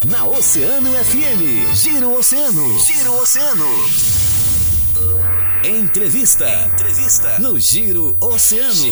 na Oceano FM. Giro Oceano. Giro Oceano. Entrevista no Giro Oceano.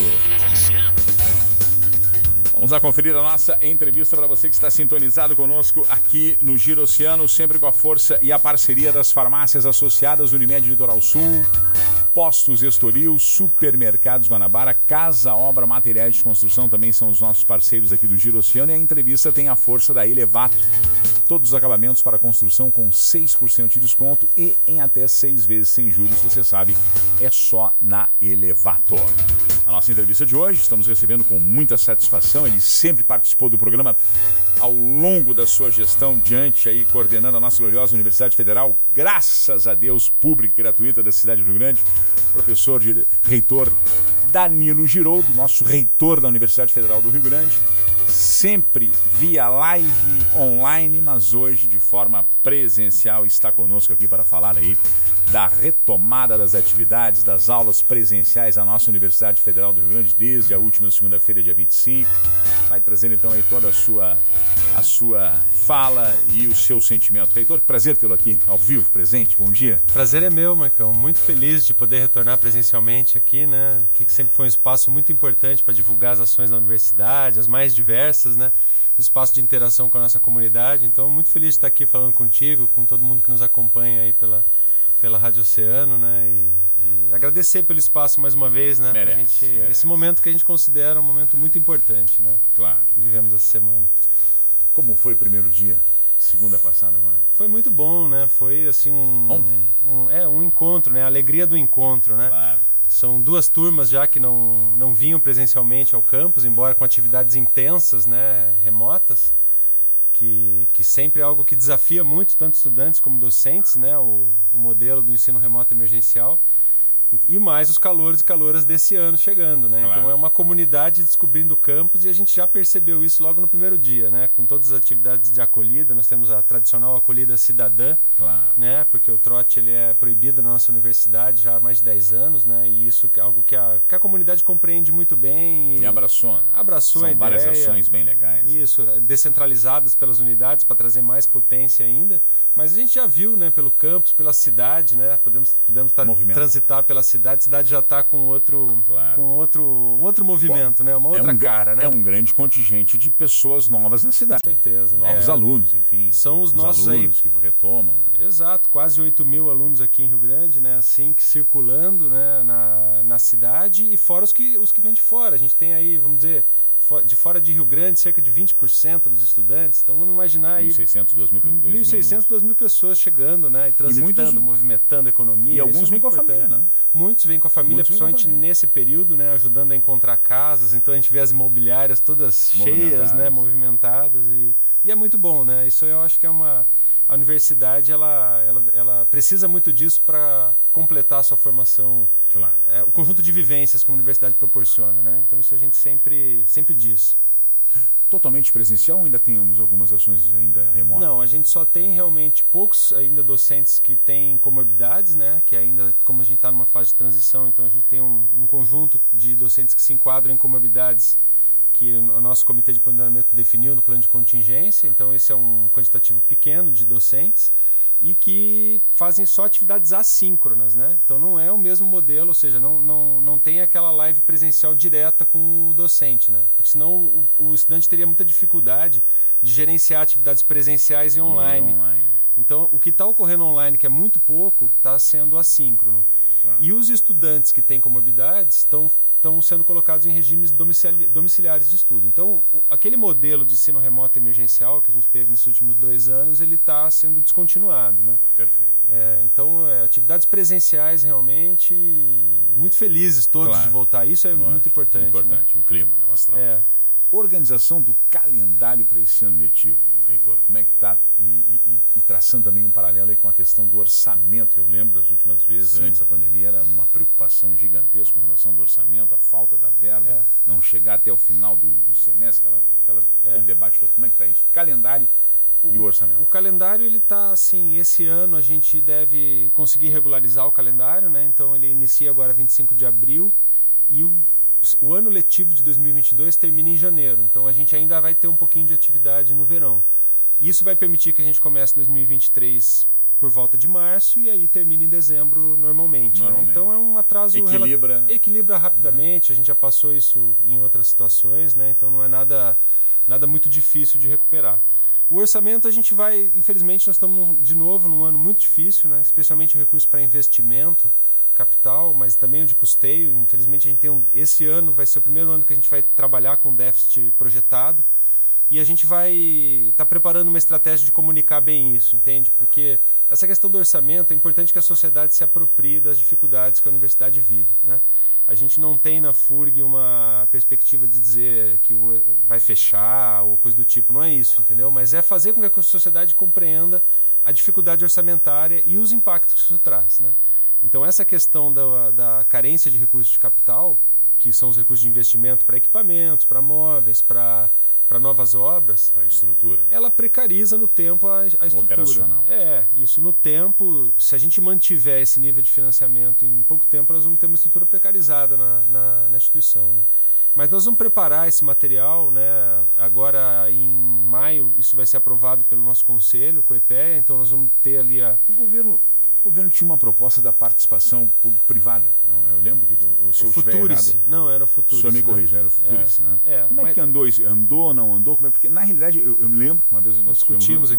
Vamos lá conferir a nossa entrevista para você que está sintonizado conosco aqui no Giro Oceano, sempre com a força e a parceria das farmácias associadas Unimed Litoral Sul, Postos Estoril, Supermercados Guanabara, Casa Obra Materiais de Construção também são os nossos parceiros aqui do Giro Oceano, e a entrevista tem a força da Elevato. Todos os acabamentos para construção com 6% de desconto e em até 6 vezes sem juros, você sabe, é só na Elevato. Na nossa entrevista de hoje, estamos recebendo com muita satisfação, ele sempre participou do programa ao longo da sua gestão diante aí, coordenando a nossa gloriosa Universidade Federal, graças a Deus, pública e gratuita da cidade do Rio Grande, reitor Danilo Giroldo, nosso reitor da Universidade Federal do Rio Grande, sempre via live, online, mas hoje de forma presencial está conosco aqui para falar aí da retomada das atividades, das aulas presenciais da nossa Universidade Federal do Rio Grande desde a última segunda-feira, dia 25. Vai trazendo então aí toda a sua fala e o seu sentimento. Reitor, que prazer tê-lo aqui, ao vivo, presente. Bom dia. Prazer é meu, Marcão. Muito feliz de poder retornar presencialmente aqui, né? Aqui que sempre foi um espaço muito importante para divulgar as ações da universidade, as mais diversas, né? Um espaço de interação com a nossa comunidade. Então, muito feliz de estar aqui falando contigo, com todo mundo que nos acompanha aí pela Rádio Oceano, né? E agradecer pelo espaço mais uma vez, né? Merece. Esse momento que a gente considera um momento muito importante, né? Claro. Que vivemos essa semana. Como foi o primeiro dia? Segunda passada agora? Foi muito bom, né? Foi assim um encontro, né? A alegria do encontro, né? Claro. São 2 turmas já que não vinham presencialmente ao campus, embora com atividades intensas, né? Remotas. Que sempre é algo que desafia muito, tanto estudantes como docentes, né? O modelo do ensino remoto emergencial. E mais os calouros e caloras desse ano chegando, né? Claro. Então é uma comunidade descobrindo o campus e a gente já percebeu isso logo no primeiro dia, né? Com todas as atividades de acolhida, nós temos a tradicional acolhida cidadã, Claro. né? Porque o trote ele é proibido na nossa universidade já há mais de 10 anos, né? E isso é algo que a comunidade compreende muito bem. E abraçou, né? Abraçou São a ideia. várias ações bem legais. Isso, descentralizadas pelas unidades para trazer mais potência ainda. Mas a gente já viu, né, pelo campus, pela cidade, né? Podemos transitar pela cidade. A cidade já está com outro movimento, né? Uma outra cara, né? É um grande contingente de pessoas novas na cidade. Com certeza. Novos alunos, enfim. São os nossos alunos que retomam. Né? Exato, quase 8.000 alunos aqui em Rio Grande, né? Assim, que circulando, né, na cidade, e fora os que vêm de fora. A gente tem aí, vamos dizer, de fora de Rio Grande, cerca de 20% dos estudantes. Então vamos imaginar aí 1.600, 2.000 pessoas chegando, né? E transitando, movimentando a economia. E alguns vêm com a família, né? Muitos vêm com a família, principalmente nesse período, né? Ajudando a encontrar casas. Então a gente vê as imobiliárias todas cheias, né? Movimentadas. E é muito bom, né? Isso eu acho que é a universidade ela precisa muito disso para completar a sua formação. Claro. O conjunto de vivências que a universidade proporciona, né? Então isso a gente sempre diz. Totalmente presencial ou ainda temos algumas ações ainda remotas? Não, a gente só tem realmente poucos ainda docentes que têm comorbidades, né? Que ainda, como a gente está numa fase de transição, então a gente tem um conjunto de docentes que se enquadram em comorbidades que o nosso comitê de planejamento definiu no plano de contingência. Então esse é um quantitativo pequeno de docentes e que fazem só atividades assíncronas, né? Então não é o mesmo modelo, ou seja, não tem aquela live presencial direta com o docente, né? Porque senão o estudante teria muita dificuldade de gerenciar atividades presenciais e online. Então o que está ocorrendo online, que é muito pouco, está sendo assíncrono. Claro. E os estudantes que têm comorbidades estão sendo colocados em regimes domiciliares de estudo. Então, aquele modelo de ensino remoto emergencial que a gente teve nesses últimos 2 anos, ele está sendo descontinuado, né? Perfeito. Então, atividades presenciais realmente, muito felizes todos de voltar. Isso é muito importante. Importante, né? O clima, né? O astral. Organização do calendário para esse ano letivo, reitor, como é que está? E traçando também um paralelo aí com a questão do orçamento, que eu lembro das últimas vezes, Sim. Antes da pandemia, era uma preocupação gigantesca com relação do orçamento, a falta da verba, não chegar até o final do semestre, aquele debate todo. Como é que está isso? Calendário e o orçamento. O calendário, ele está assim, esse ano a gente deve conseguir regularizar o calendário, né? Então ele inicia agora 25 de abril e o ano letivo de 2022 termina em janeiro, então a gente ainda vai ter um pouquinho de atividade no verão. Isso vai permitir que a gente comece 2023 por volta de março e aí termina em dezembro normalmente. Né? Então é um atraso... Equilibra rapidamente, a gente já passou isso em outras situações, né? Então não é nada muito difícil de recuperar. O orçamento a gente vai... Infelizmente nós estamos de novo num ano muito difícil, né? Especialmente o recurso para investimento, capital, mas também o de custeio. Infelizmente a gente esse ano vai ser o primeiro ano que a gente vai trabalhar com déficit projetado. E a gente vai estar preparando uma estratégia de comunicar bem isso, entende? Porque essa questão do orçamento é importante que a sociedade se aproprie das dificuldades que a universidade vive, né? A gente não tem na FURG uma perspectiva de dizer que vai fechar ou coisa do tipo, não é isso, entendeu? Mas é fazer com que a sociedade compreenda a dificuldade orçamentária e os impactos que isso traz, né? Então essa questão da carência de recursos de capital, que são os recursos de investimento para equipamentos, para móveis, para novas obras, para estrutura, ela precariza no tempo a estrutura. Operacional. Isso no tempo, se a gente mantiver esse nível de financiamento em pouco tempo, nós vamos ter uma estrutura precarizada na instituição, né? Mas nós vamos preparar esse material, né? Agora em maio isso vai ser aprovado pelo nosso conselho, com o EPEA, então nós vamos ter ali O governo tinha uma proposta da participação público-privada. Não, eu lembro que o senhor Futurice. Não, era o Futurice. O senhor me corrija, era o Futurice, né? Como é que andou isso? Andou, não andou? Porque, na realidade, eu me lembro, uma vez nós discutimos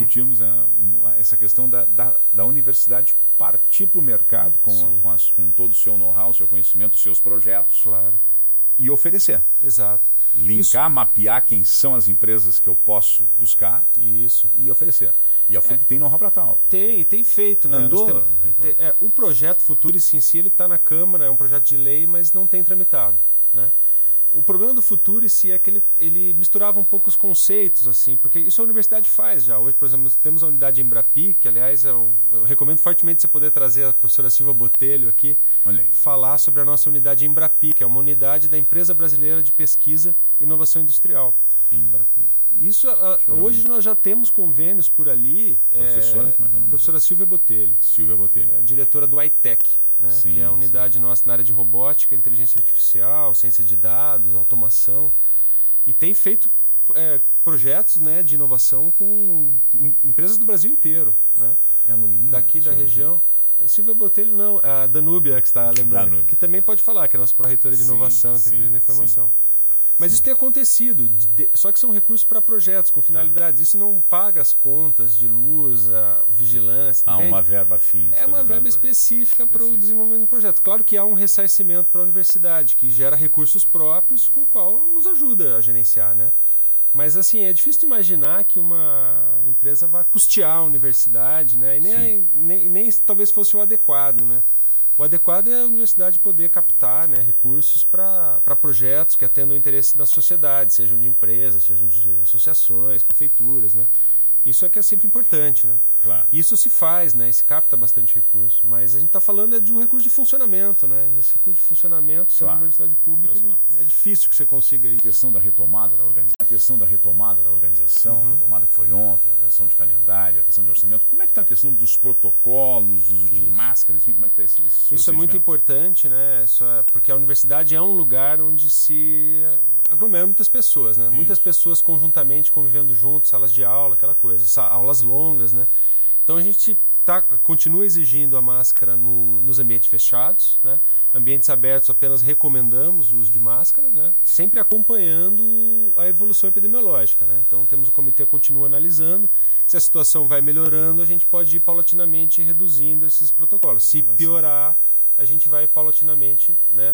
essa questão da universidade partir para o mercado com todo o seu know-how, seu conhecimento, os seus projetos. Claro. E oferecer. Exato. Linkar, mapear quem são as empresas que eu posso buscar e oferecer. E a FURG tem know-how para tal. Tem feito, né? Andou? O projeto Futurice em si, ele está na Câmara, é um projeto de lei, mas não tem tramitado, né? O problema do Futurice é que ele misturava um pouco os conceitos, assim, porque isso a universidade faz já. Hoje, por exemplo, nós temos a unidade Embrapi, que, aliás, eu recomendo fortemente você poder trazer a professora Silvia Botelho aqui, falar sobre a nossa unidade Embrapi, que é uma unidade da Empresa Brasileira de Pesquisa e Inovação Industrial. Embrapi. Isso, hoje nós já temos convênios por ali. Professora? Como é que é o nome? Professora Silvia Botelho. Silvia Botelho. A diretora do iTech, né? Sim, que é a unidade nossa na área de robótica, inteligência artificial, ciência de dados, automação. E tem feito projetos, né, de inovação com empresas do Brasil inteiro, né? É a Luísa, daqui da região. Silvia Botelho não, a Danúbia que está lembrando. Que também pode falar, que é a nossa pró-reitora de inovação e tecnologia da informação. Sim. Mas isso tem acontecido, só que são recursos para projetos com finalidades. Isso não paga as contas de luz, a vigilância. Uma verba fim. É uma verba específica para o desenvolvimento do projeto. Claro que há um ressarcimento para a universidade, que gera recursos próprios com o qual nos ajuda a gerenciar, né? Mas assim, é difícil imaginar que uma empresa vá custear a universidade, né? E nem talvez fosse o adequado, né? O adequado é a universidade poder captar, né, recursos para projetos que atendam o interesse da sociedade, sejam de empresas, sejam de associações, prefeituras, né? Isso é que é sempre importante, né? Claro. Isso se faz, né? Se capta bastante recurso. Mas a gente está falando de um recurso de funcionamento, né? E esse recurso de funcionamento, sendo uma universidade pública, é difícil que você consiga isso. A questão da retomada da organização, a retomada que foi ontem, a organização de calendário, a questão de orçamento, como é que está a questão dos protocolos, uso de máscaras, enfim, como é que está esse Isso é muito importante, né? Porque a universidade é um lugar onde se aglomeram muitas pessoas, né? Muitas pessoas conjuntamente convivendo juntos, salas de aula, aquela coisa, aulas longas, né? Então a gente continua exigindo a máscara nos ambientes fechados, né? Ambientes abertos apenas recomendamos o uso de máscara, né? Sempre acompanhando a evolução epidemiológica, né? Então o comitê continua analisando, se a situação vai melhorando, a gente pode ir paulatinamente reduzindo esses protocolos. Se piorar, a gente vai paulatinamente, né,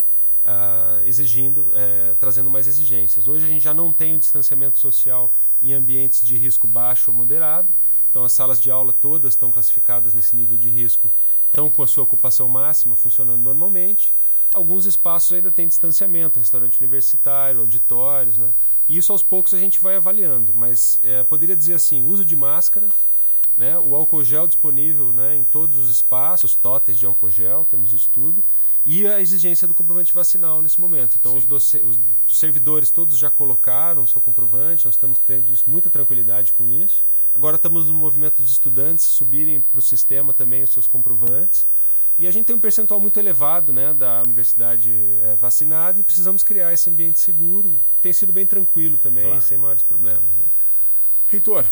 trazendo mais exigências. Hoje a gente já não tem o distanciamento social em ambientes de risco baixo ou moderado. Então as salas de aula todas estão classificadas nesse nível de risco, estão com a sua ocupação máxima, funcionando normalmente. Alguns espaços ainda têm distanciamento, restaurante universitário, auditórios, né? E isso aos poucos a gente vai avaliando, mas poderia dizer assim, uso de máscaras, né? O álcool gel disponível, né, em todos os espaços, totens de álcool gel, temos isso tudo, e a exigência do comprovante vacinal nesse momento. Então os servidores todos já colocaram o seu comprovante, nós estamos tendo muita tranquilidade com isso. Agora estamos no movimento dos estudantes subirem para o sistema também os seus comprovantes. E a gente tem um percentual muito elevado, né, da universidade vacinada, e precisamos criar esse ambiente seguro, que tem sido bem tranquilo também, sem maiores problemas, né? Reitor,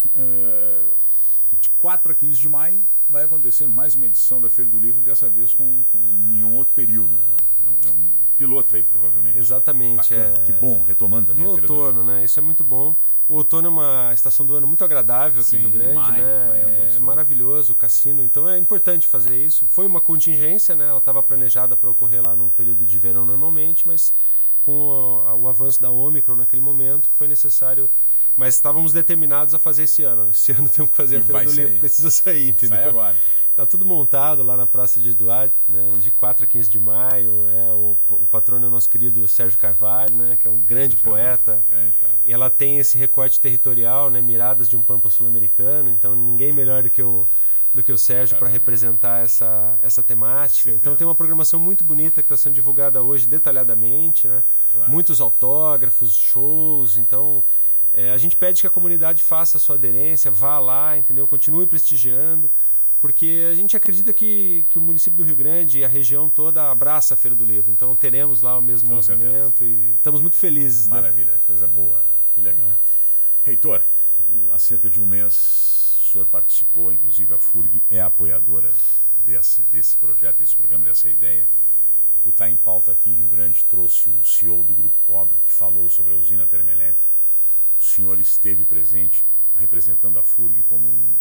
de 4 a 15 de maio vai acontecer mais uma edição da Feira do Livro, dessa vez em um outro período. Né? É um piloto aí, provavelmente. Exatamente. Que bom, retomando também no a Feira do outono, né? Isso é muito bom. O outono é uma estação do ano muito agradável aqui no Rio Grande, maio, né? É maravilhoso o cassino, então é importante fazer isso. Foi uma contingência, né? Ela estava planejada para ocorrer lá no período de verão normalmente, mas com o avanço da Ômicron naquele momento foi necessário. Mas estávamos determinados a fazer esse ano. Esse ano temos que fazer a Feira do Livro. Precisa sair, entendeu? Sai agora. Tá tudo montado lá na Praça de Duarte, né? De 4 a 15 de maio. O patrono é o nosso querido Sérgio Carvalho, né? Que é um grande poeta. E ela tem esse recorte territorial, né? Miradas de um pampa sul-americano. Então ninguém melhor do que o Sérgio para representar essa temática. Então tem uma programação muito bonita que está sendo divulgada hoje detalhadamente, né? Muitos autógrafos, shows. Então a gente pede que a comunidade faça a sua aderência, vá lá, entendeu? Continue prestigiando, porque a gente acredita que o município do Rio Grande e a região toda abraça a Feira do Livro. Então teremos lá o mesmo movimento e estamos muito felizes. Maravilha, coisa boa, né? Que legal. Reitor, há cerca de um mês o senhor participou, inclusive a FURG é apoiadora desse projeto, desse programa, dessa ideia. O Tá em Pauta aqui em Rio Grande trouxe o CEO do Grupo Cobra, que falou sobre a usina termoelétrica. O senhor esteve presente representando a FURG como um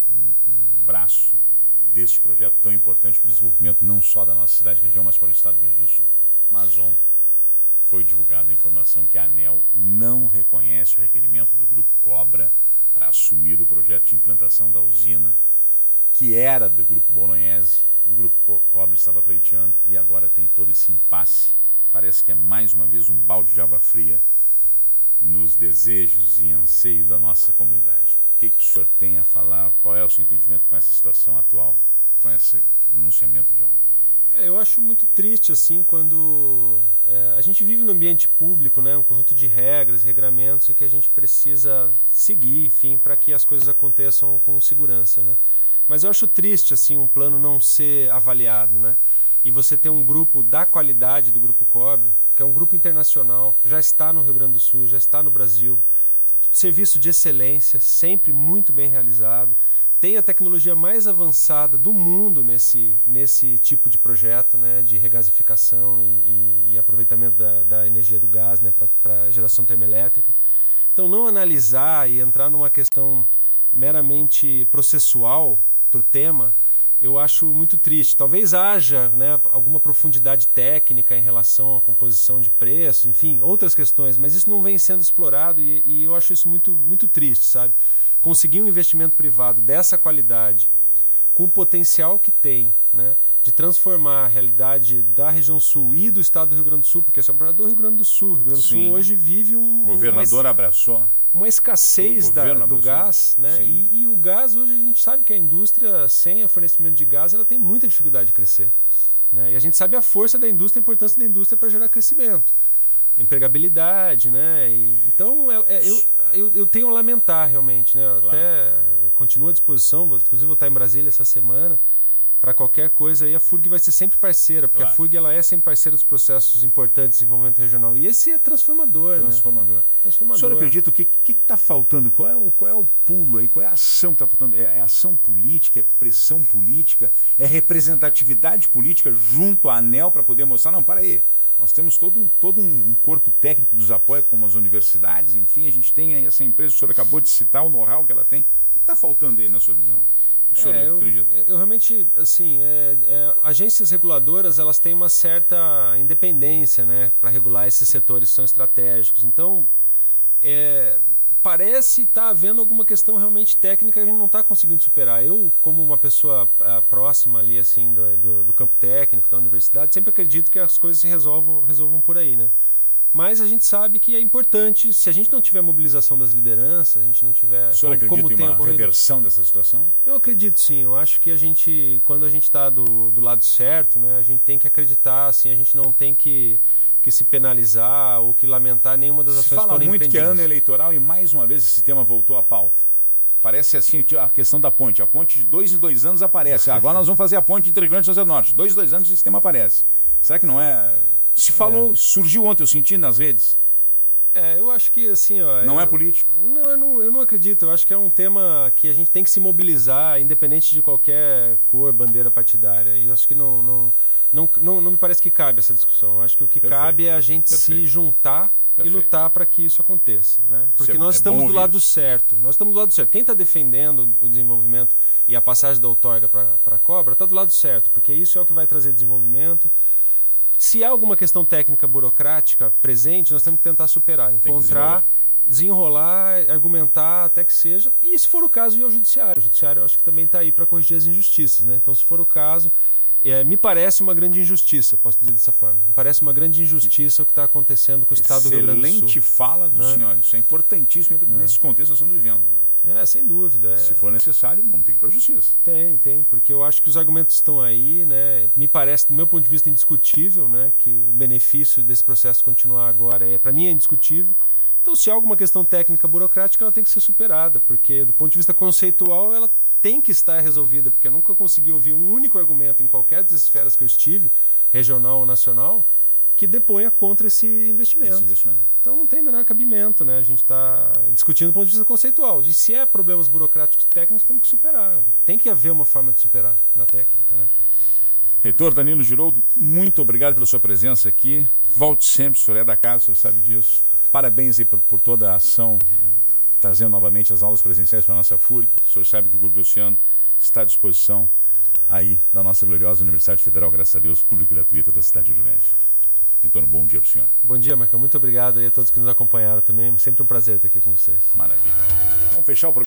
braço deste projeto tão importante para o desenvolvimento não só da nossa cidade e região, mas para o estado do Rio Grande do Sul. Mas ontem foi divulgada a informação que a ANEEL não reconhece o requerimento do Grupo Cobra para assumir o projeto de implantação da usina, que era do Grupo Bolognese. O Grupo Cobra estava pleiteando e agora tem todo esse impasse. Parece que é mais uma vez um balde de água fria nos desejos e anseios da nossa comunidade. O que o senhor tem a falar? Qual é o seu entendimento com essa situação atual, com esse pronunciamento de ontem? Eu acho muito triste assim quando a gente vive no ambiente público, né, um conjunto de regras, regramentos e que a gente precisa seguir, enfim, para que as coisas aconteçam com segurança, né? Mas eu acho triste assim um plano não ser avaliado, né? E você ter um grupo da qualidade do Grupo Cobre, que é um grupo internacional, já está no Rio Grande do Sul, já está no Brasil, serviço de excelência, sempre muito bem realizado, tem a tecnologia mais avançada do mundo nesse tipo de projeto, né, de regasificação e aproveitamento da energia do gás, né, para geração termoelétrica. Então não analisar e entrar numa questão meramente processual para o tema, eu acho muito triste. Talvez haja, né, alguma profundidade técnica em relação à composição de preços, enfim, outras questões, mas isso não vem sendo explorado e eu acho isso muito, muito triste, sabe? Conseguir um investimento privado dessa qualidade, com o potencial que tem, né, de transformar a realidade da região sul e do estado do Rio Grande do Sul, porque esse é um projeto do Rio Grande do Sul. O Rio Grande do Sul hoje vive o governador abraçou uma escassez do gás, né? E o gás hoje a gente sabe que a indústria sem o fornecimento de gás ela tem muita dificuldade de crescer, né? E a gente sabe a força da indústria, a importância da indústria para gerar crescimento, empregabilidade, né? Então eu tenho a lamentar realmente, né? Claro. Até continuo à disposição, inclusive vou estar em Brasília essa semana. Para qualquer coisa aí a FURG vai ser sempre parceira, porque claro, a FURG ela é sempre parceira dos processos importantes de desenvolvimento regional. E esse é transformador. Transformador. O senhor acredita, o que está faltando? Qual é o pulo aí? Qual é a ação que está faltando? É ação política? É pressão política? É representatividade política junto à ANEEL para poder mostrar? Não, para aí. Nós temos todo um corpo técnico que nos apoia, como as universidades, enfim, a gente tem aí essa empresa, o senhor acabou de citar o know-how que ela tem. O que está faltando aí na sua visão? Eu realmente, assim, agências reguladoras, elas têm uma certa independência, né, para regular esses setores que são estratégicos. Então, parece estar havendo alguma questão realmente técnica que a gente não está conseguindo superar. Eu, como uma pessoa próxima ali, assim, do campo técnico, da universidade, sempre acredito que as coisas se resolvam por aí, né? Mas a gente sabe que é importante, se a gente não tiver mobilização das lideranças, a gente não tiver... O senhor acredita em uma reversão dessa situação? Eu acredito sim, eu acho que quando a gente está do lado certo, né, a gente tem que acreditar, assim, a gente não tem que se penalizar ou que lamentar nenhuma das ações que foram empreendidas. Se fala muito que é ano eleitoral e mais uma vez esse tema voltou à pauta. Parece assim a questão da ponte. A ponte de 2 em 2 anos aparece. Agora nós vamos fazer a ponte entre Rio Grande e São José do Norte. 2 em 2 anos esse tema aparece. Será que não é... Se falou, surgiu ontem, eu senti nas redes. Eu acho que assim, ó... Não é político? Não, eu não acredito. Eu acho que é um tema que a gente tem que se mobilizar, independente de qualquer cor, bandeira partidária. E eu acho que não me parece que cabe essa discussão. Eu acho que o que cabe é a gente se juntar e lutar para que isso aconteça, né? Porque nós estamos do lado certo. Nós estamos do lado certo. Quem está defendendo o desenvolvimento e a passagem da outorga para a cobra está do lado certo, porque isso é o que vai trazer desenvolvimento. Se há alguma questão técnica burocrática presente, nós temos que tentar superar, encontrar, desenrolar, argumentar até que seja. E se for o caso, ir ao judiciário. O judiciário eu acho que também está aí para corrigir as injustiças, né? Então, se for o caso, me parece uma grande injustiça, posso dizer dessa forma. Me parece uma grande injustiça o que está acontecendo com o Estado do Rio Grande do Sul. Excelente fala do senhor. Isso é importantíssimo nesse contexto que nós estamos vivendo, né? Sem dúvida. Se for necessário, vamos ter que ir para a justiça. Tem, porque eu acho que os argumentos estão aí, né? Me parece, do meu ponto de vista, indiscutível, né? Que o benefício desse processo continuar agora para mim é indiscutível. Então, se há alguma questão técnica burocrática, ela tem que ser superada, porque do ponto de vista conceitual, ela tem que estar resolvida, porque eu nunca consegui ouvir um único argumento em qualquer das esferas que eu estive, regional ou nacional, que deponha contra esse investimento. Então não tem o menor cabimento, né? A gente está discutindo do ponto de vista conceitual. E se é problemas burocráticos técnicos, temos que superar. Tem que haver uma forma de superar na técnica, né? Reitor Danilo Giroldo, muito obrigado pela sua presença aqui. Volte sempre, o senhor é da casa, o senhor sabe disso. Parabéns aí por toda a ação, né? Trazendo novamente as aulas presenciais para a nossa FURG. O senhor sabe que o Grupo Oceano está à disposição aí da nossa gloriosa Universidade Federal, graças a Deus, pública e gratuita da cidade de Rio Grande. Então, bom dia para o senhor. Bom dia, Marcão. Muito obrigado aí a todos que nos acompanharam também. Sempre um prazer estar aqui com vocês. Maravilha. Vamos fechar o programa.